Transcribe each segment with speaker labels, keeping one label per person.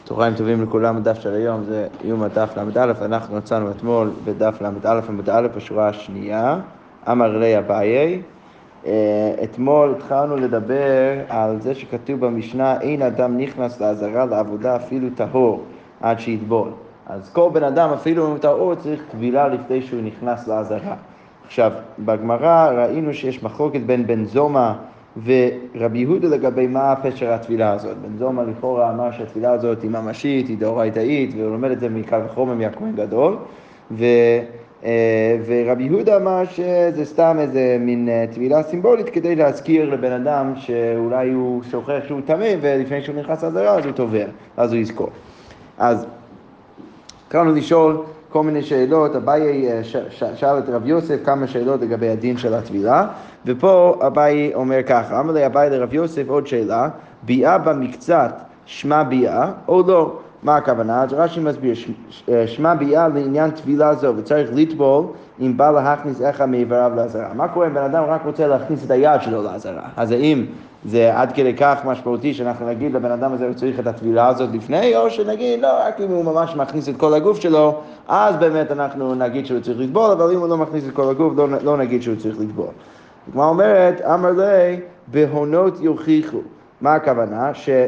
Speaker 1: צהריים טובים לכולם, הדף של היום זה יום הדף ל"א, אנחנו מצאנו אתמול בדף ל"א עמוד א' בשורה השנייה, אמר לי אביי. אתמול התחלנו לדבר על זה שכתוב במשנה, אין אדם נכנס לעזרה לעבודה אפילו טהור עד שיטבול. אז כל בן אדם אפילו טהור צריך טבילה לפני שהוא נכנס לעזרה. עכשיו, בגמרא ראינו שיש מחלוקת בין בן זומא ורבי יהודה לגבי מה פשר הטבילה הזאת. בן זומא לכאורה אמר שהטבילה הזאת היא ממשית, היא דאורייתאית, והוא לומד את זה מקל וחומר מהכהן גדול, ורבי יהודה אמר שזה סתם איזה מין טבילה סימבולית כדי להזכיר לבן אדם שאולי הוא שוכח שהוא טמא ולפני שהוא נכנס לעזרה אז הוא טובל, אז הוא יזכור. אז התחלנו לשאול כל מיני שאלות, אביי שאל את רב יוסף כמה שאלות לגבי הדין של הטבילה, ופה אביי אומר ככה, אמר לי אביי לרב יוסף עוד שאלה, ביאה במקצת שמה ביאה או לא? מה הכוונה? אז רש"י מסביר, שמה ביאה לעניין טבילה זו, וצריך לטבול אם בא להכניס אחד מאיבריו לעזרה. מה קורה אם בן אדם רק רוצה להכניס את היד שלו לעזרה? אז האם זה עד כדי כך משמעותי שאנחנו נגיד לבן אדם הזה הוא צריך את הטבילה הזאת לפני, או שנגיד לא, רק אם הוא ממש מכניס את כל הגוף שלו, אז באמת אנחנו נגיד שהוא צריך לטבול, אבל אם הוא לא מכניס את כל הגוף, לא נגיד שהוא צריך לטבול. כמו אומרת, אמר לי, בהונות יוכיחו. מה הכוונה?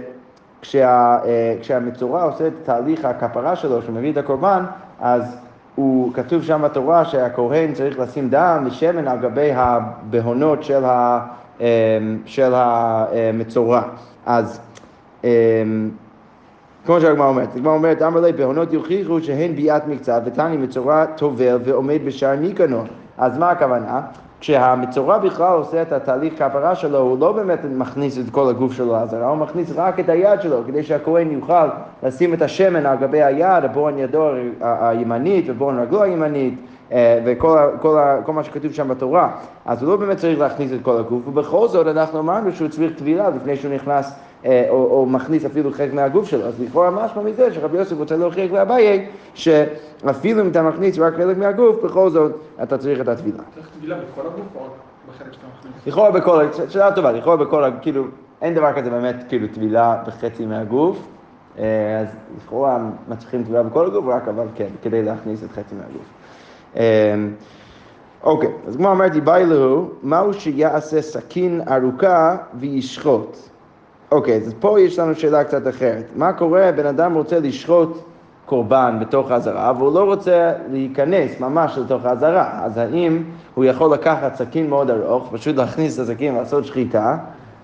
Speaker 1: כשהמצורע עושה את תהליך הכפרה שלו, שמביא את הקורבן, אז הוא כתוב שם בתורה שהכהן צריך לשים דם ושמן על גבי הבהונות של המצורע. אז כמו שהגמרא אומרת, אמר לי, בהונות יוכיחו שהן ביאת מקצת ותני מצורע טובל ועומד בשער ניקנור. אז מה הכוונה? כשהמצורע בכלל עושה את התהליך כפרה שלו, הוא לא באמת מכניס את כל הגוף שלו לעזרה, הוא מכניס רק את היד שלו, כדי שהכהן יוכל לשים את השמן על גבי היד, בורן ידו הימנית ובורן רגלו הימנית, וכל מה שכתוב שם בתורה. אז הוא לא באמת צריך להכניס את כל הגוף, ובכל זאת אנחנו אמרנו שהוא צריך טבילה לפני שהוא נכנס, או מכניס אפילו חלק מהגוף שלו. אז לכאורה משמע מזה שרבי יוסף רוצה להוכיח לאביי שאפילו אם אתה מכניס רק חלק מהגוף, בכל זאת אתה צריך את הטבילה.
Speaker 2: צריך טבילה בכל הגוף או בחלק שאתה מכניס?
Speaker 1: לכאורה בכל, שאלה טובה, לכאורה בכל, כאילו, אין דבר כזה באמת כאילו טבילה בחצי מהגוף, אז לכאורה מצליחים טבילה בכל הגוף, רק אבל כן, כדי להכניס את חצי מהגוף. אוקיי, אז כמו אמרתי, ביי לו, מהו שיעשה סכין ארוכה וישחוט? אוקיי, אז פה יש לנו שאלה קצת אחרת. מה קורה? בן אדם רוצה לשחוט קורבן בתוך העזרה, והוא לא רוצה להיכנס ממש לתוך העזרה. אז האם הוא יכול לקחת סכין מאוד ארוך, פשוט להכניס את הסכין ולעשות שחיטה,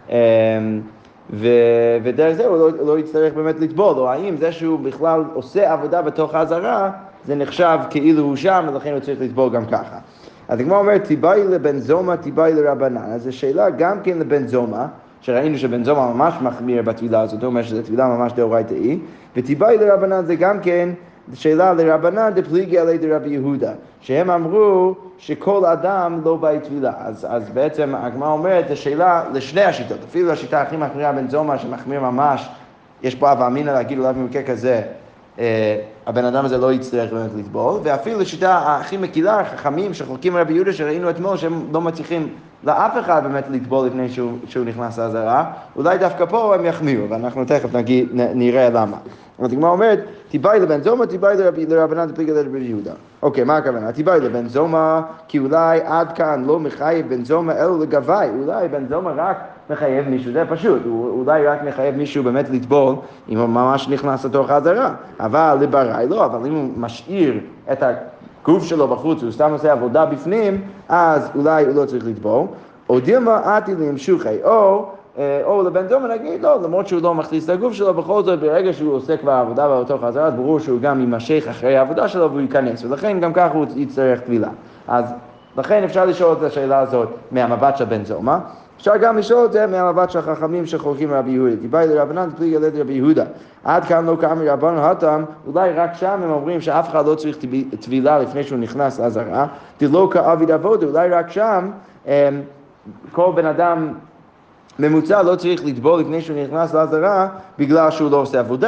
Speaker 1: ודרך זה הוא לא יצטרך באמת לטבול, או האם זה שהוא בכלל עושה עבודה בתוך העזרה, זה נחשב כאילו הוא שם, ולכן הוא צריך לטבול גם ככה. אז כמו אומר, תיבאי לבן זומא, תיבאי לרבנן. אז זו שאלה גם כן לבן זומא, שראינו שבן זומא ממש מחמיר בתבילה הזאת, הוא אומר שזו תבילה ממש דאורייתאי, ותיבאי לרבנן זה גם כן שאלה לרבנן דפליגי עלי דרבי יהודה, שהם אמרו שכל אדם לא בא תבילה. אז בעצם הגמרא אומרת, זו שאלה לשני השיטות, אפילו השיטה הכי מחמירה בן זומא שמחמיר ממש, יש פה אבא אמינא להגיד עליו במקרה כזה, הבן אדם הזה לא יצטרך באמת לטבול, ואפילו לשיטה הכי מקילה, החכמים שחולקים רבי יהודה שראינו אתמול, שהם לא מצליחים לאף אחד באמת לטבול לפני שהוא נכנס לעזרה, אולי דווקא פה הם יחמירו, ואנחנו תכף נראה למה. אבל הגמרא אומרת, תיבאי לבן זומא, תיבאי לרבנן דפליגי עלי דרבי יהודה. אוקיי, מה הכוונה? תיבאי לבן זומא, כי אולי עד כאן לא מחייב בן זומא אלא לגבי, אולי בן זומא רק מחייב מישהו, זה פשוט, הוא אולי רק מחייב מישהו באמת לטבול, אם הוא ממש נכנס לתוך העזרה, אבל לבראי לא, אבל אם הוא משאיר את הגוף שלו בחוץ, הוא סתם עושה עבודה בפנים, אז אולי הוא לא צריך לטבול, או דילמה עתי להמשוכי, או לבן זומא נגיד לא, למרות שהוא לא מכניס את הגוף שלו, בכל זאת ברגע שהוא עושה כבר עבודה בתוך העזרה, אז ברור שהוא גם יימשך אחרי העבודה שלו והוא ייכנס, ולכן גם ככה הוא יצטרך טבילה. אז לכן אפשר לשאול את השאלה הזאת מהמבט של בן זומא, אפשר גם לשאול את זה מהמבט של החכמים שחולקים רבי יהודה. תיבאי לרבנן דפליגי עלי דרבי יהודה. עד כאן לא כאמר רבנו התם, אולי רק שם הם אומרים שאף אחד לא צריך טבילה לפני שהוא נכנס לעזרה, דלא כעביד עבודה, אולי רק שם כל בן אדם ממוצע לא צריך לטבול לפני שהוא נכנס לעזרה בגלל שהוא לא עושה עבודה.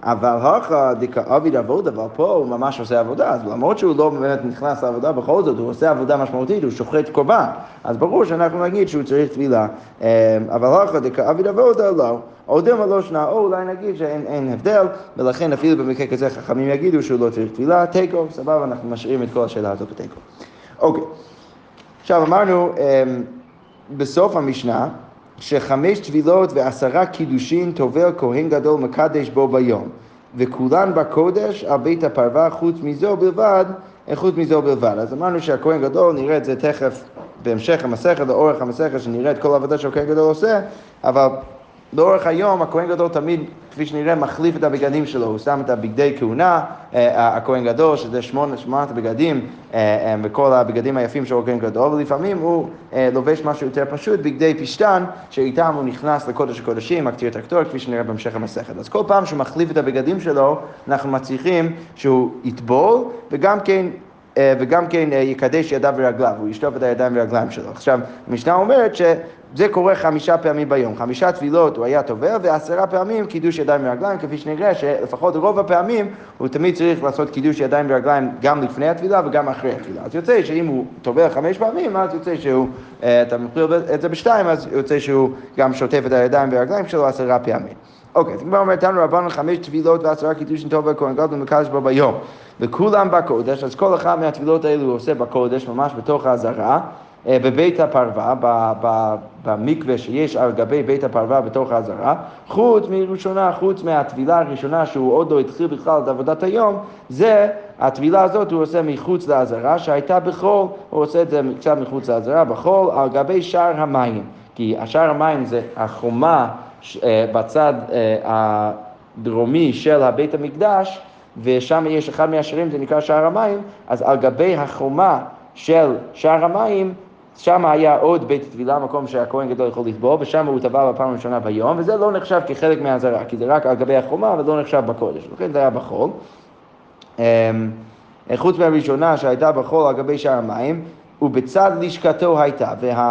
Speaker 1: אבל הכא דכעביד עבודה, אבל פה הוא ממש עושה עבודה, אז למרות שהוא לא באמת נכנס לעבודה, בכל זאת הוא עושה עבודה משמעותית, הוא שוחט קורבן, אז ברור שאנחנו נגיד שהוא צריך טבילה, אבל הכא דכעביד עבודה לא. או דילמה לא שנה, או אולי נגיד שאין הבדל, ולכן אפילו במקרה כזה חכמים יגידו שהוא לא צריך טבילה, תיקו, סבבה, אנחנו משאירים את כל השאלה הזאת בתיקו. אוקיי, עכשיו אמרנו בסוף המשנה, ש5 טבילות ו10 קידושין טובל כהן גדול מקדש בו ביום, וכולן בקודש על בית הפרווה חוץ מזו בלבד. אז אמרנו שהכהן גדול, נראה את זה תכף בהמשך המסכת, לאורך המסכת, שנראה את כל העבודה שהכהן גדול עושה, אבל לאורך היום הכהן גדול תמיד, כפי שנראה, מחליף את הבגדים שלו, הוא שם את הבגדי כהונה, הכהן גדול, שזה 8 הבגדים, וכל הבגדים היפים של הכהן גדול, ולפעמים הוא לובש משהו יותר פשוט, בגדי פשטן, שאיתם הוא נכנס לקודש הקודשים, מקטיר את הקטור, כפי שנראה בהמשך המסכת. אז כל פעם שהוא מחליף את הבגדים שלו, אנחנו מצליחים שהוא יטבול, וגם כן יקדש ידיו ורגליו, הוא ישטוף את הידיים ורגליים שלו. עכשיו, המשנה אומרת שזה קורה 5 פעמים ביום, 5 טבילות הוא היה טובל, ו10 פעמים קידוש ידיים ורגליים, כפי שנראה שלפחות רוב הפעמים הוא תמיד צריך לעשות קידוש ידיים ורגליים גם לפני הטבילה וגם אחרי הטבילה. אז יוצא שאם הוא טובל 5 פעמים, אז יוצא שהוא, אתה מכליל את זה ב2, אז יוצא שהוא גם שוטף את הידיים ורגליים שלו 10 פעמים. אוקיי, אז כבר אומרת לנו רבנו 5 טבילות ו10 קידושין טובל כהן גדול מקדש בו ביום, וכולם בקודש, אז כל אחד מהטבילות האלו הוא עושה בקודש, ממש בתוך העזרה, בבית הפרווה, במקווה שיש על גבי בית הפרווה בתוך העזרה, חוץ מהטבילה הראשונה שהוא עוד לא התחיל בכלל את עבודת היום, זה, הטבילה הזאת הוא עושה מחוץ לעזרה, שהייתה בחול, הוא עושה את זה קצת מחוץ לעזרה, בחול, על גבי שער המים, כי שער המים זה החומה בצד הדרומי של הבית המקדש, ושם יש אחד מהשערים, זה נקרא שער המים, אז על גבי החומה של שער המים, שם היה עוד בית טבילה, מקום שהכהן גדול יכול לטבול, ושם הוא טבל בפעם הראשונה ביום, וזה לא נחשב כחלק מהעזרה, כי זה רק על גבי החומה, ולא נחשב בקודש, לכן זה היה בחול. חוץ מהראשונה שהייתה בחול על גבי שער המים, ובצד לשכתו הייתה,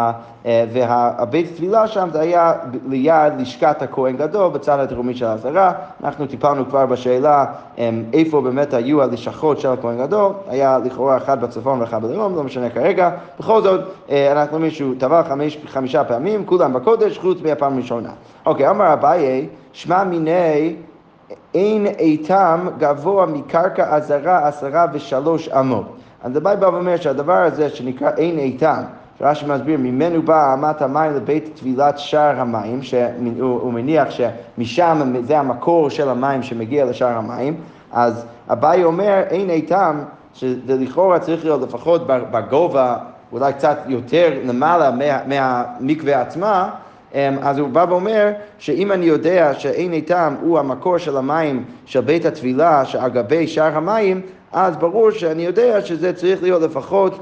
Speaker 1: והבית טבילה שם זה היה ליד לשכת הכהן גדול, בצד הדרומי של העזרה. אנחנו טיפלנו כבר בשאלה איפה באמת היו הלשכות של הכהן גדול, היה לכאורה אחד בצפון ואחד בדרום, לא משנה כרגע. בכל זאת, אנחנו אומרים שהוא טבל 5 פעמים, כולם בקודש, חוץ מהפעם הראשונה. אוקיי, אמר אביי, שמע מיני אין איתם גבוה מקרקע עזרה 13 אמות. אז אביי בא ואומר שהדבר הזה שנקרא אין איתם, רש"י מסביר, ממנו באה אמת המים לבית טבילת שער המים, שהוא מניח שמשם זה המקור של המים שמגיע לשער המים, אז אביי אומר, אין איתם, שזה לכאורה צריך להיות לפחות בגובה, אולי קצת יותר למעלה מהמקווה עצמה, אז הוא בא ואומר שאם אני יודע שאין איתם הוא המקור של המים של בית הטבילה שעל גבי שער המים, אז ברור שאני יודע שזה צריך להיות לפחות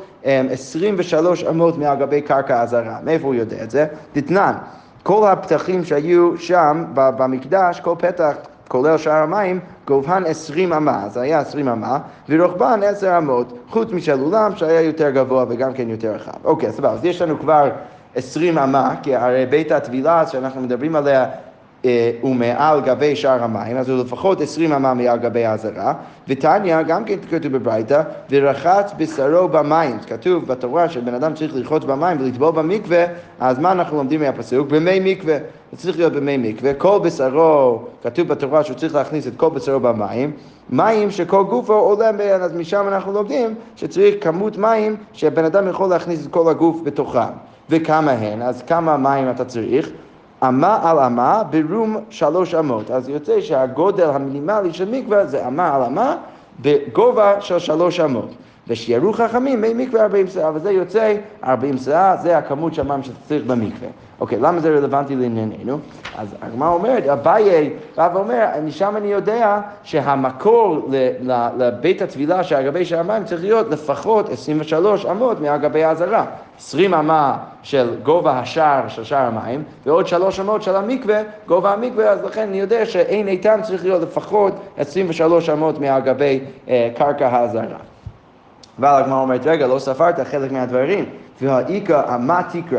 Speaker 1: 23 אמות מעל גבי קרקע עזרה. מאיפה הוא יודע את זה? תתנן, כל הפתחים שהיו שם במקדש, כל פתח, כולל שער המים, גובהן 20 אמה, אז היה 20 אמה, ורוחבן 10 אמות, חוץ משל אולם שהיה יותר גבוה וגם כן יותר רחב. אוקיי, סבבה, אז יש לנו כבר 20 אמה, כי הרי בית הטבילה שאנחנו מדברים עליה, הוא מעל גבי שער המים, אז הוא לפחות 20 אמה מעל גבי העזרה, ותניא גם כן כתוב בברייתא, ורחץ בשרו במים, כתוב בתורה שבן אדם צריך לרחוץ במים ולטבול במקווה, אז מה אנחנו לומדים מהפסוק? במי מקווה, זה צריך להיות במי מקווה, כל בשרו, כתוב בתורה שהוא צריך להכניס את כל בשרו במים, מים שכל גופו עולה בהן, אז משם אנחנו לומדים שצריך כמות מים שבן אדם יכול להכניס את כל הגוף בתוכם, וכמה הן, אז כמה מים אתה צריך? אמה על אמה ברום 3 אמות. אז יוצא שהגודל המינימלי של מקווה זה אמה על אמה בגובה של 3 אמות. ושיערו חכמים מי מקווה 40 סאה, וזה יוצא 40 סאה, זה הכמות של המים שצריך במקווה. אוקיי, למה זה רלוונטי לענייננו? אז הגמרא אומרת, אביי בא ואומר, משם אני יודע שהמקור לבית הטבילה שעל גבי שער המים צריך להיות לפחות 23 אמות מעל גבי העזרה. 20 אמה של גובה השער של שער המים, ועוד 3 אמות של המקווה, גובה המקווה, אז לכן אני יודע שאין איתם צריך להיות לפחות 23 אמות מעל גבי קרקע העזרה. אבל הגמרא אומרת, רגע, לא ספרת חלק מהדברים, והאיכא אמה תקרא,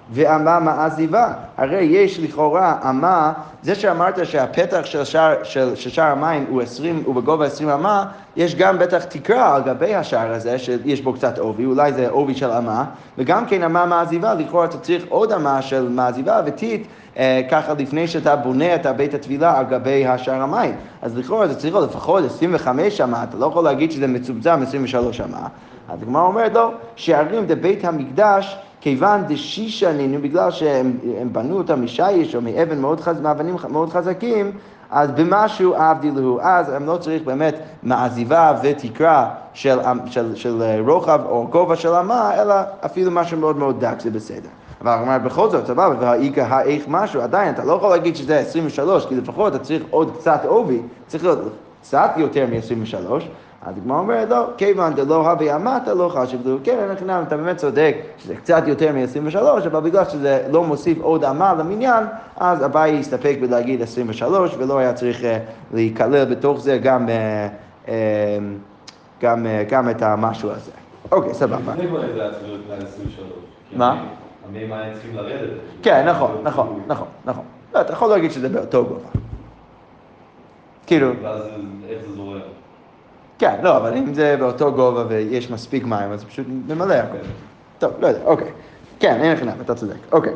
Speaker 1: ואמה מעזיבה. הרי יש לכאורה אמה, זה שאמרת שהפתח של שער המים הוא 20, הוא בגובה 20 אמה, יש גם בטח תקרה על גבי השער הזה, שיש בו קצת עובי, אולי זה עובי של אמה, וגם כן אמה מעזיבה, לכאורה אתה צריך עוד אמה של מעזיבה ותית, ככה לפני שאתה בונה את בית התפילה על גבי השער המים. אז לכאורה אתה צריך לפחות 25 אמה, אתה לא יכול להגיד שזה מצומצם 23 אמה. אז הגמרא אומרת לו, שערים בבית המקדש, כיוון דשישנין, בגלל שהם בנו אותם משיש או מאבנים מאוד חזקים, אז במשהו אבדילו, אז הם לא צריך באמת מעזיבה ותקרה של רוחב או גובה של אמה, אלא אפילו משהו מאוד מאוד דק, זה בסדר. אבל הוא אומר, בכל זאת, סבבה, והאיכה האיך משהו, עדיין אתה לא יכול להגיד שזה 23, כי לפחות אתה צריך עוד קצת עובי, צריך להיות קצת יותר מ-23, אז הגמרא אומרת, לא, כיוון דלא הווי אמת, לא חשוב לו, כן, אתה באמת צודק שזה קצת יותר מ-23, אבל בגלל שזה לא מוסיף עוד אמה למניין, אז אביי יסתפק בלהגיד 23, ולא היה צריך להיכלל בתוך זה גם את המשהו הזה. אוקיי, סבבה.
Speaker 3: לפני כבר איזה עצמיות מעל 23.
Speaker 1: מה?
Speaker 3: המים האלה צריכים לרדת.
Speaker 1: כן, נכון. לא, אתה יכול להגיד שזה באותו גובה. כאילו...
Speaker 3: ואז איך זה זורם?
Speaker 1: כן, לא, אבל אם זה באותו גובה ויש מספיק מים, אז פשוט ממלא הכל. טוב, לא יודע, אוקיי. כן, אין לך נם, אתה צודק. אוקיי.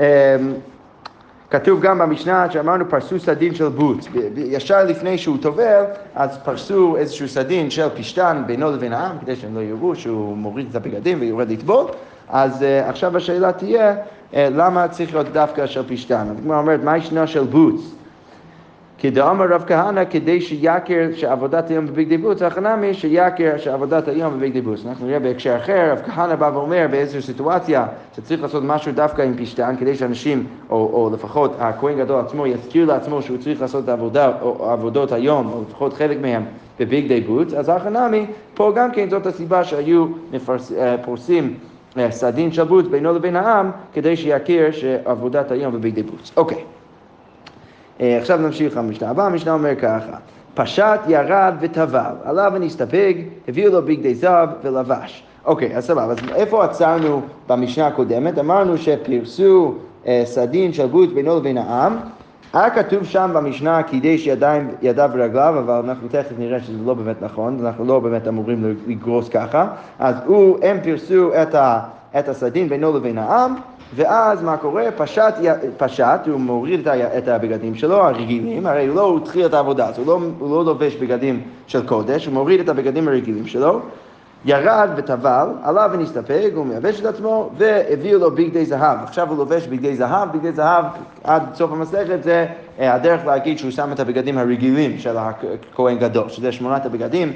Speaker 1: כתוב גם במשנה שאמרנו פרסו סדין של בוץ. ישר לפני שהוא טובל, אז פרסו איזשהו סדין של פשטן בינו לבין העם, כדי שהם לא יראו שהוא מוריד את הבגדים ויורד לטבול. אז עכשיו השאלה תהיה, למה צריך להיות דווקא של פשטן? אז כמו אומרת, מה ישנה של בוץ? כדאמר רב כהנא, כדי שיכר שעבודת היום בבגדי בוץ, הכנמי שיכר שעבודת היום בבגדי בוץ. אנחנו נראה בהקשר אחר, רב כהנא בא ואומר באיזושהי סיטואציה שצריך לעשות משהו דווקא עם פשטן, כדי שאנשים, או לפחות הכהן גדול עצמו, יזכיר לעצמו שהוא צריך לעשות את העבודה, או עבודות היום, או לפחות חלק מהם בבגדי בוץ, אז הכנמי, פה גם כן זאת הסיבה שהיו פורסים סדין של בוץ בינו לבין העם, כדי שיכיר שעבודת היום בבגדי בוץ. אוקיי. עכשיו נמשיך המשנה הבאה, המשנה אומר ככה, פשט ירד וטבל, עליו ונסתפק, הביאו לו בגדי זהב ולבש. אוקיי, אז סבבה, אז איפה עצרנו במשנה הקודמת? אמרנו שפרסו סדין של בוץ בינו לבין העם, היה כתוב שם במשנה קידש ידיו ורגליו, אבל אנחנו תכף נראה שזה לא באמת נכון, אנחנו לא באמת אמורים לגרוס ככה, אז הם פרסו את הסדין בינו לבין העם, ואז מה קורה? פשט, הוא מוריד את הבגדים שלו, הרגילים, הרי הוא לא התחיל את העבודה, אז הוא לא לובש בגדים של קודש, הוא מוריד את הבגדים הרגילים שלו, ירד וטבל, עליו ונסתפק, הוא מייבש את עצמו, והביאו לו בגדי זהב. עכשיו הוא לובש בגדי זהב, בגדי זהב עד סוף המסכת זה הדרך להגיד שהוא שם את הבגדים הרגילים של הכהן גדול, שזה 8 הבגדים,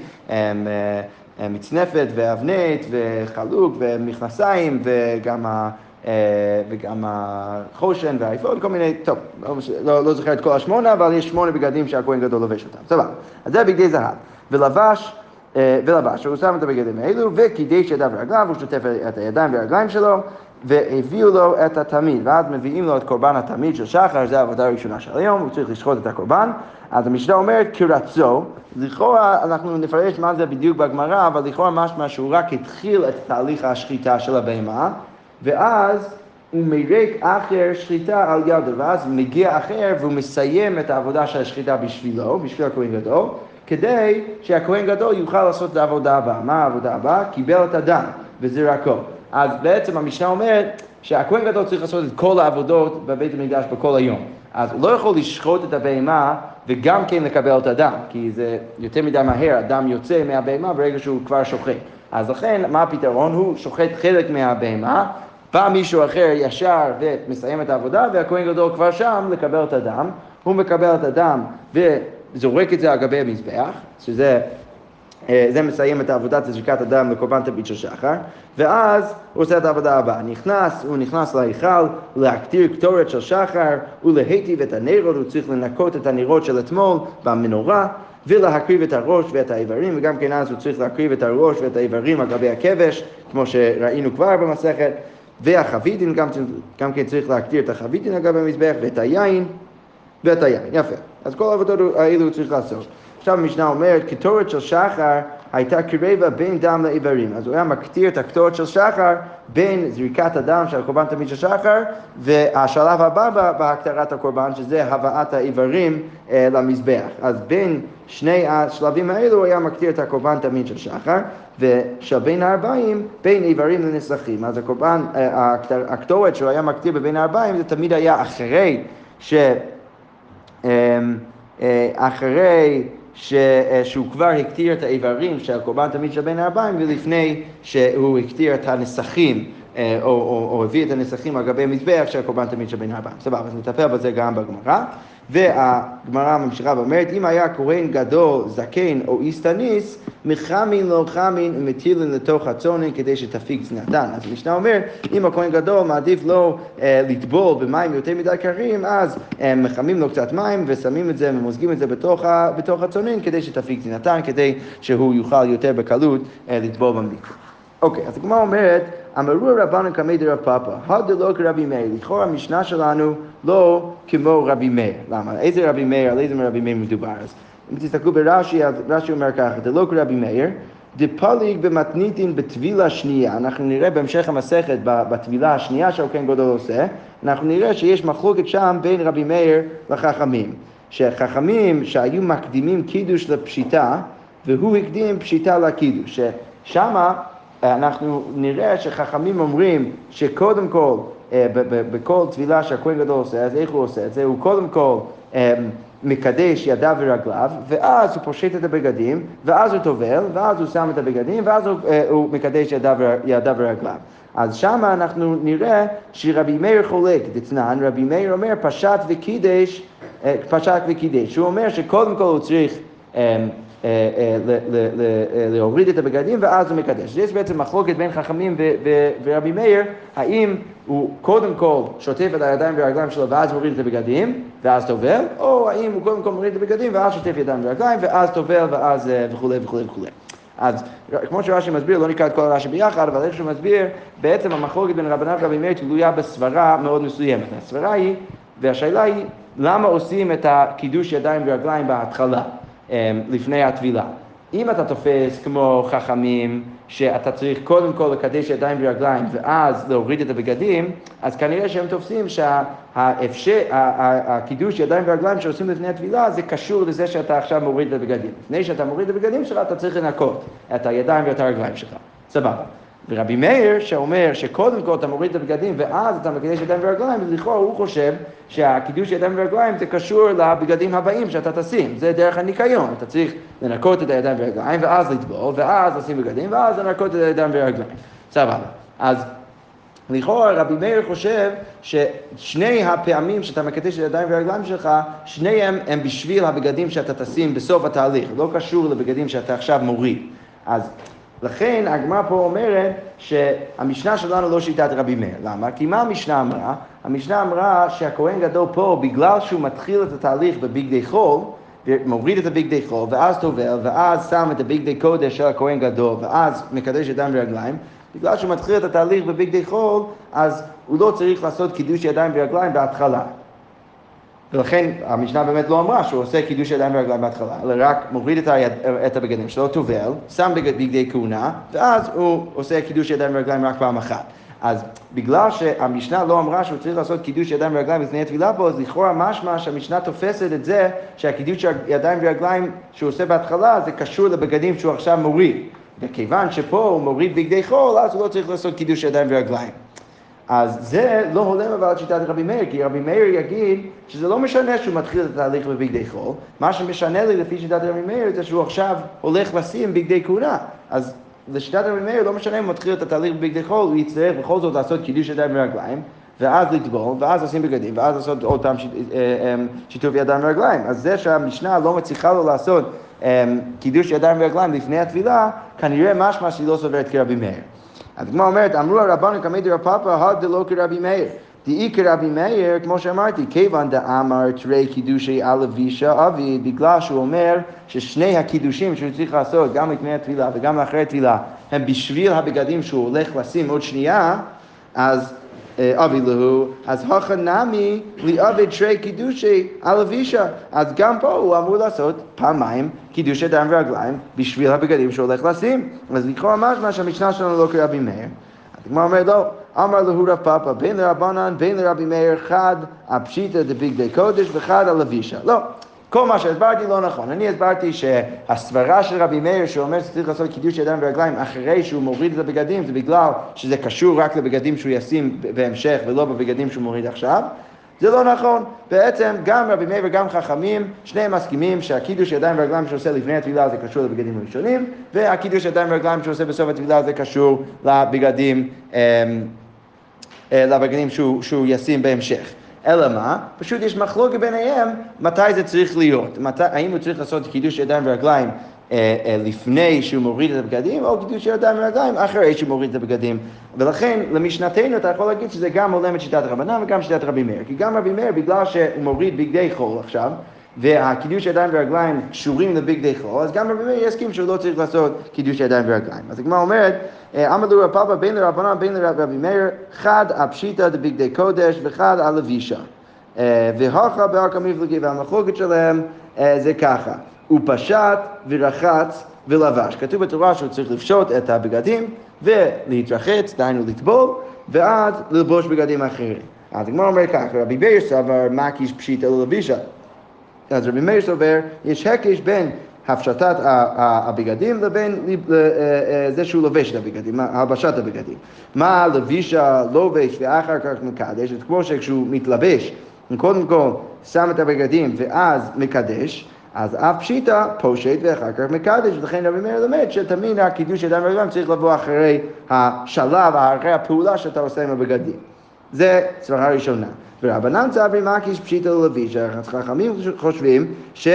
Speaker 1: מצנפת ואבנית וחלוק ומכנסיים וגם החושן והאפוד, כל מיני, טוב, לא זוכר את כל 8, אבל יש 8 בגדים שהכהן גדול לובש אותם. סבבה, אז זה בגדי זהב. ולבש, הוא שם את הבגדים האלו, וקידש ידיו ורגליו, הוא שוטף את הידיים והרגליים שלו, והביאו לו את התמיד, ואז מביאים לו את קורבן התמיד של שחר, זה העבודה הראשונה של היום, הוא צריך לשחוט את הקורבן. אז המשנה אומרת, כרצו, לכאורה אנחנו נפרש מה זה בדיוק בגמרא, אבל לכאורה משמע שהוא רק התחיל את תהליך השחיטה של הבהמה, ואז הוא מריק אחר שחיטה על ידו, ואז הוא מגיע אחר והוא מסיים את העבודה של השחיטה בשבילו, בשביל הכהן גדול, כדי שהכהן גדול יוכל לעשות את העבודה הבאה. מה העבודה הבאה? קיבל את הדם וזרקו. אז בעצם המשנה אומרת שהכהן גדול צריך לעשות את כל העבודות בבית המקדש בכל היום. אז הוא לא יכול לשחוט את הבהמה וגם כן לקבל את הדם, כי זה יותר מדי מהר, הדם יוצא מהבהמה ברגע שהוא כבר שוחט. אז לכן, מה הפתרון? הוא שוחט חלק מהבהמה, בא מישהו אחר ישר ומסיים את העבודה, והכהן גדול כבר שם לקבל את הדם, הוא מקבל את הדם וזורק את זה על גבי המזבח, שזה מסיים את העבודת זריקת הדם לקורבן תמיד של שחר, ואז הוא עושה את העבודה הבאה. הוא נכנס להיכל להקטיר קטורת של שחר ולהיטיב את הנרות, הוא צריך לנקות את הנרות של אתמול במנורה, ולהקריב את הראש ואת האיברים, וגם כן אז הוא צריך להקריב את הראש ואת האיברים על גבי הכבש, כמו שראינו כבר במסכת, והחביתין, גם כן צריך להקטיר את החביתין על גבי המזבח, ואת היין, יפה. אז כל העבודות האלו הוא צריך לעשות. עכשיו המשנה אומרת, קטורת של שחר, הייתה קרבה בין דם לאיברים. אז הוא היה מקטיר את הקטורת של שחר בין זריקת הדם של הקורבן תמיד של שחר, והשלב הבא בהקטרת הקורבן, שזה הבאת האיברים למזבח. אז בין שני השלבים האלו הוא היה מקטיר את הקורבן תמיד של שחר, ושל בין הארבעים, בין איברים לנסכים. אז הקורבן, הקטורת שהוא היה מקטיר בבין הארבעים, זה תמיד היה אחרי שהוא כבר הקטיר את האיברים של הקורבן תמיד של בין הארבעים, ולפני שהוא הקטיר את הנסכים, או הביא את הנסכים על גבי מזבח של הקורבן תמיד של בין הארבעים. סבבה, אז נטפל בזה גם בגמרא. והגמרא ממשיכה ואומרת, אם היה כהן גדול, זקן או איסטניס, מחמין לא חמין ומטילין לתוך הצונן כדי שתפיק צנעתן. אז המשנה אומר, אם הכהן גדול מעדיף לא לטבול במים יותר מדי קרים, אז מחמים לו קצת מים ושמים את זה ומוזגים את זה בתוך הצונן כדי שתפיק צנעתן, כדי שהוא יוכל יותר בקלות לטבול במקווה. אוקיי, אז הגמרא אומרת, אמרו רבנן קמי דרב פאפא, הדלא כרבי מאיר. לכאורה המשנה שלנו לא כמו רבי מאיר. למה? איזה רבי מאיר? על איזה רבי מאיר מדובר? אז אם תסתכלו ברש"י, אז רש"י אומר ככה, דלא כרבי מאיר, דפליג במתניתין בטבילה שנייה. אנחנו נראה בהמשך המסכת בטבילה השנייה שהכהן גדול עושה, אנחנו נראה שיש מחלוקת שם בין רבי מאיר לחכמים. שחכמים שהיו מקדימים קידוש לפשיטה, והוא הקדים פשיטה לקידוש. ששמה אנחנו נראה שחכמים אומרים שקודם כל, בכל טבילה שהכהן גדול עושה, אז איך הוא עושה את זה? הוא קודם כל מקדש ידיו ורגליו, ואז הוא פושט את הבגדים, ואז הוא טובל, ואז הוא שם את הבגדים, ואז הוא מקדש ידיו ורגליו. אז שם אנחנו נראה שרבי מאיר חולק, דתנן, רבי מאיר אומר פשט וקידש, הוא אומר שקודם כל הוא צריך להוריד את הבגדים ואז הוא מקדש. יש בעצם מחלוקת בין חכמים ורבי מאיר, האם הוא קודם כל שוטף את הידיים והרגליים שלו ואז מוריד את הבגדים ואז טובל, או האם הוא קודם כל מוריד את הבגדים ואז שוטף ידיים ורגליים ואז טובל ואז וכו'. אז כמו שרש"י מסביר, לא נקרא את כל הרש"י ביחד, אבל איך שהוא מסביר, בעצם המחלוקת בין רבנן ורבי מאיר תלויה בסברה מאוד מסוימת. הסברה היא, והשאלה היא, למה עושים את הקידוש ידיים ורגליים בהתחלה? לפני הטבילה. אם אתה תופס כמו חכמים שאתה צריך קודם כל לקדש ידיים ורגליים ואז להוריד את הבגדים, אז כנראה שהם תופסים שהקידוש ידיים ורגליים שעושים לפני הטבילה זה קשור לזה שאתה עכשיו מוריד את הבגדים. לפני שאתה מוריד את הבגדים שלך אתה צריך לנקות את הידיים ואת הרגליים שלך. סבבה. ורבי מאיר שאומר שקודם כל אתה מוריד את הבגדים ואז אתה מקדש ידיים ורגליים, ולכאורה הוא חושב שהקידוש ידיים ורגליים זה קשור לבגדים הבאים שאתה תשים. זה דרך הניקיון. אתה צריך לנקות את הידיים ורגליים ואז לטבול ואז לשים בגדים ואז לנקות את הידיים ורגליים. סבבה. אז לכאורה רבי מאיר חושב ששני הפעמים שאתה מקדש את הידיים והרגליים שלך, שניהם הם בשביל הבגדים שאתה תשים בסוף התהליך. לא קשור לבגדים שאתה עכשיו מוריד. אז לכן הגמרא פה אומרת שהמשנה שלנו לא שיטת רבי מאיר. למה? כי מה המשנה אמרה? המשנה אמרה שהכהן גדול פה, בגלל שהוא מתחיל את התהליך בבגדי חול, ומוריד את הבגדי חול, ואז טובל, ואז שם את הבגדי קודש של הכהן גדול, ואז מקדש ידיים ורגליים, בגלל שהוא מתחיל את התהליך בבגדי חול, אז הוא לא צריך לעשות קידוש ידיים ורגליים בהתחלה. ולכן המשנה באמת לא אמרה שהוא עושה קידוש ידיים ורגליים בהתחלה, אלא רק מוריד את הבגדים שלו, טובל, שם בגדי כהונה, ואז הוא עושה קידוש ידיים ורגליים רק פעם אחת. אז בגלל שהמשנה לא אמרה שהוא צריך לעשות קידוש ידיים ורגליים לפני הטבילה פה, אז לכאורה משמע שהמשנה תופסת את זה שהקידוש ידיים ורגליים שהוא עושה בהתחלה זה קשור לבגדים שהוא עכשיו מוריד. וכיוון שפה הוא מוריד בגדי חול, אז הוא לא צריך לעשות קידוש ידיים ורגליים. אז זה לא הולם אבל את שיטת רבי מאיר, כי רבי מאיר יגיד שזה לא משנה שהוא מתחיל את התהליך בבגדי חול, מה שמשנה לי לפי שיטת רבי מאיר זה שהוא עכשיו הולך לשים בגדי כהונה, אז לשיטת רבי מאיר לא משנה אם הוא מתחיל את התהליך בבגדי חול, הוא יצטרך בכל זאת לעשות קידוש ידיים ורגליים, ואז לטבול, ואז לשים בגדים, ואז לעשות עוד פעם שיתוף ידיים ורגליים. אז זה שהמשנה לא מצליחה לו לעשות קידוש ידיים ורגליים לפני הטבילה, כנראה משמע שהיא לא סוברת כרבי מאיר. אז כמו אומרת, אמרו הרבנן קמי דרב פאפא, הדלא כרבי מאיר. דאי כרבי מאיר, כמו שאמרתי, כיוון דאמר תרי קידושי א' וישה אבי, בגלל שהוא אומר ששני הקידושים שהוא צריך לעשות, גם לפני הטבילה וגם לאחרי הטבילה, הם בשביל הבגדים שהוא הולך לשים עוד שנייה, אז אבי להו, אז הכה נמי לעבד תרי קידושי על אבישה. אז גם פה הוא אמור לעשות פעמיים קידוש ידיים ורגליים בשביל הבגדים שהוא הולך לשים. אז לכאורה משמע שהמשנה שלנו לא כרבי מאיר. הגמרא אומרת לא, אמר להו רב פאפא בין לרבנן בין לרבי מאיר חד הפשיטא דבגדי קודש וחד על אבישה. לא. כל מה שהסברתי לא נכון. אני הסברתי שהסברה של רבי מאיר שאומר שצריך לעשות קידוש ידיים ורגליים אחרי שהוא מוריד את הבגדים, זה בגלל שזה קשור רק לבגדים שהוא ישים בהמשך ולא בבגדים שהוא מוריד עכשיו. זה לא נכון. בעצם גם רבי מאיר וגם חכמים, שניהם מסכימים שהקידוש ידיים ורגליים שעושה לפני התפילה זה קשור לבגדים הראשונים, והקידוש ידיים ורגליים שעושה בסוף התפילה זה קשור לבגדים שהוא ישים בהמשך. אלא מה? פשוט יש מחלוקת ביניהם מתי זה צריך להיות. האם הוא צריך לעשות קידוש ידיים ורגליים לפני שהוא מוריד את הבגדים, או קידוש ידיים ורגליים אחרי שהוא מוריד את הבגדים. ולכן למשנתנו אתה יכול להגיד שזה גם עולם את שיטת רבנן וגם שיטת רבי מאיר. כי גם רבי מאיר בגלל שהוא מוריד בגדי חול עכשיו, והקידוש ידיים ורגליים קשורים לבגדי חול, אז גם רבי מאיר יסכים שהוא לא צריך לעשות קידוש ידיים ורגליים. אז הגמרא אומרת, אמר לו רב פאפא בין לרבנן בין לרבי מאיר חד הפשיטא דבגדי קודש וחד על אבישה. והכה בארכה מפלגי, והמחלוקת שלהם זה ככה, הוא פשט ורחץ ולבש. כתוב בתורה שהוא צריך לפשוט את הבגדים ולהתרחץ, דהיינו לטבול, ואז ללבוש בגדים אחרים. אז הגמרא אומר ככה, רבי מאיר סבר מקיש פשיטא ללבישה. אז רבי מאיר סובר, יש הקש בין הפשטת הבגדים לבין זה שהוא לובש את הבגדים, הלבשת הבגדים. מה לבישה לובש ואחר כך מקדש? אז כמו שכשהוא מתלבש, קודם כל שם את הבגדים ואז מקדש, אז אף פשיטה פושט ואחר כך מקדש, ולכן רבי מאיר למד שתמיד הקידוש ידיים ורגליים צריך לבוא אחרי השלב, אחרי הפעולה שאתה עושה עם הבגדים. זה סברה ראשונה. ורבנן סברים מקיש פשיטא ללבישה, חכמים חושבים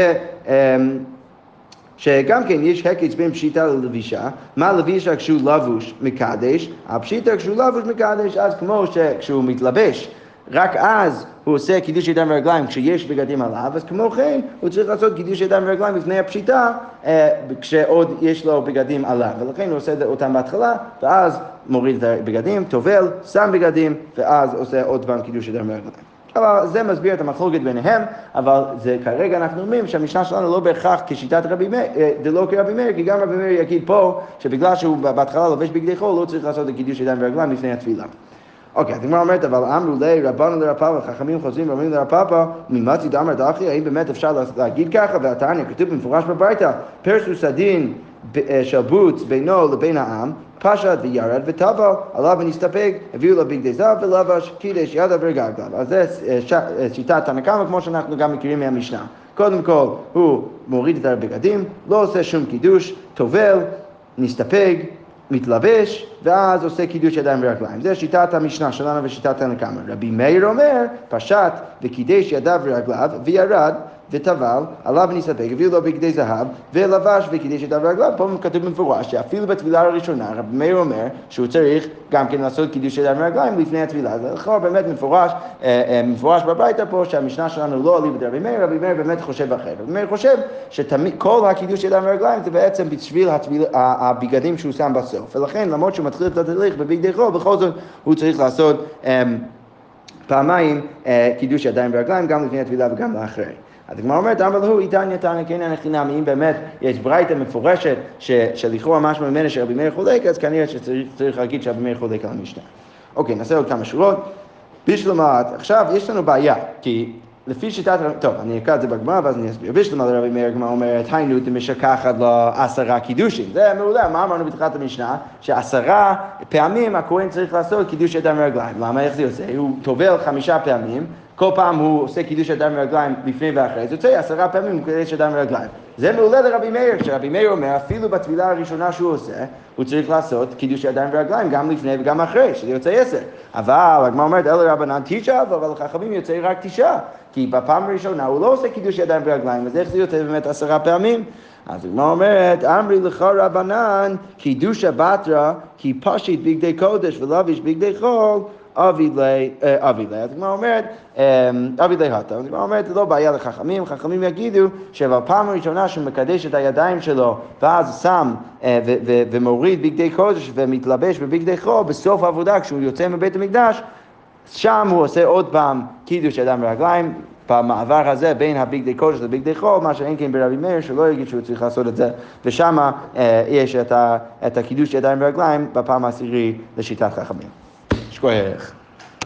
Speaker 1: שגם כן יש הקש בין פשיטה ללבישה. מה לבישה כשהוא לבוש מקדש, הפשיטה כשהוא לבוש מקדש, אז כמו שכשהוא מתלבש, רק אז הוא עושה קידוש ידיים ורגליים כשיש בגדים עליו, אז כמו כן הוא צריך לעשות קידוש ידיים ורגליים לפני הפשיטה כשעוד יש לו בגדים עליו, ולכן הוא עושה אותם בהתחלה, ואז מוריד את הבגדים, טובל, שם בגדים, ואז עושה עוד פעם קידוש ידיים ורגליים. אבל זה מסביר את המחלוקת ביניהם, אבל זה כרגע אנחנו אומרים שהמשנה שלנו לא בהכרח כשיטת רבי מאיר, זה לא כרבי מאיר, כי גם רבי מאיר יגיד פה שבגלל שהוא בהתחלה לובש בגדי חול, לא צריך לעשות את קידוש ידיים ורגליים לפני התפילה. אוקיי, אז הגמרא אומרת, אבל אמרו לי רבנו לרב פאפא, חכמים חוזרים ואומרים לרב פאפא, ממצי דאמר דאחי, האם באמת אפשר להגיד ככה? והתניא כתוב במפורש בברייתא, פרסו סדין של בוץ בינו לבין העם, פשט וירד וטבל, עליו ונסתפק, הביאו לו בגדי זהב ולבש קידש ידיו ורגליו. אז זה שיטת תנא קמא, כמו שאנחנו גם מכירים מהמשנה. קודם כל, הוא מוריד את הבגדים, לא עושה שום קידוש, טובל, נסתפק, מתלבש, ואז עושה קידוש ידיים ורגליים. זה שיטת המשנה שלנו ושיטת תנא קמא. רבי מאיר אומר, פשט וקידש ידיו ורגליו, וירד וטבל, עליו נסתפק, הביאו לו בגדי זהב, ולבש וקידש ידיו ורגליו. פה כתוב במפורש שאפילו בתפילה הראשונה, רבי מאיר אומר שהוא צריך גם כן לעשות קידוש ידיים ורגליים לפני התפילה. זה לכאורה באמת מפורש בברייתא פה, שהמשנה שלנו לא עלי בדרבי מאיר, רבי מאיר באמת חושב אחר. רבי מאיר חושב שתמיד כל הקידוש ידיים ורגליים זה בעצם בשביל הבגדים שהוא שם בסוף. ולכן, למרות שהוא מתחיל את התהליך בבגדי חול, בכל זאת הוא צריך לעשות פעמיים קידוש ידיים ורגליים, גם לפני התפילה וגם לאחרי. אז הגמרא אומרת, אמר לו, איתניא תנא קינן חינמי, אם באמת יש ברייתא מפורשת שלכאורה משמע ממנה שרבי מאיר חולק, אז כנראה שצריך להגיד שרבי מאיר חולק על המשנה. אוקיי, נעשה עוד כמה שורות. בשלמה, עכשיו יש לנו בעיה, כי לפי שיטת, טוב, אני אקרא את זה בגמרא ואז אני אסביר. בשלמה לרבי מאיר, הגמרא אומרת, היינו דמשכחת לו 10 קידושים. זה מעולה, מה אמרנו בתחילת המשנה? ש10 פעמים הכהן צריך לעשות קידוש ידיים ורגליים. למה? איך זה יוצא? הוא טובל 5 פעמים, כל פעם הוא עושה קידוש ידיים ורגליים לפני ואחרי, זה יוצא 10 פעמים הוא קידש ידיים ורגליים. זה מעולה לרבי מאיר, שרבי מאיר אומר, אפילו בתפילה הראשונה שהוא עושה, הוא צריך לעשות קידוש ידיים ורגליים גם לפני וגם אחרי, שזה יוצא 10. אבל הגמרא אומרת, אלה רבנן 9, אבל לחכמים יוצא רק 9, כי בפעם הראשונה הוא לא עושה קידוש ידיים ורגליים, אז איך זה יוצא באמת 10 פעמים? אז הגמרא אומרת, אמרי לך רבנן, קידושא בתרא, כי פשיט בגדי קודש ולביש בגדי חול, אבי לי, אז הגמרא אומרת, אבי לי הטה, אז הגמרא אומרת, זה לא בעיה לחכמים, חכמים יגידו שבפעם הראשונה שהוא מקדש את הידיים שלו, ואז שם ומוריד בגדי קודש ומתלבש בבגדי חול, בסוף העבודה כשהוא יוצא מבית המקדש, שם הוא עושה עוד פעם קידוש ידיים ורגליים, במעבר הזה בין הבגדי קודש לבגדי חול, מה שאין כן ברבי מאיר, שלא יגיד שהוא צריך לעשות את זה, ושם יש את הקידוש ידיים ורגליים בפעם העשירית לשיטת חכמים. שכוח.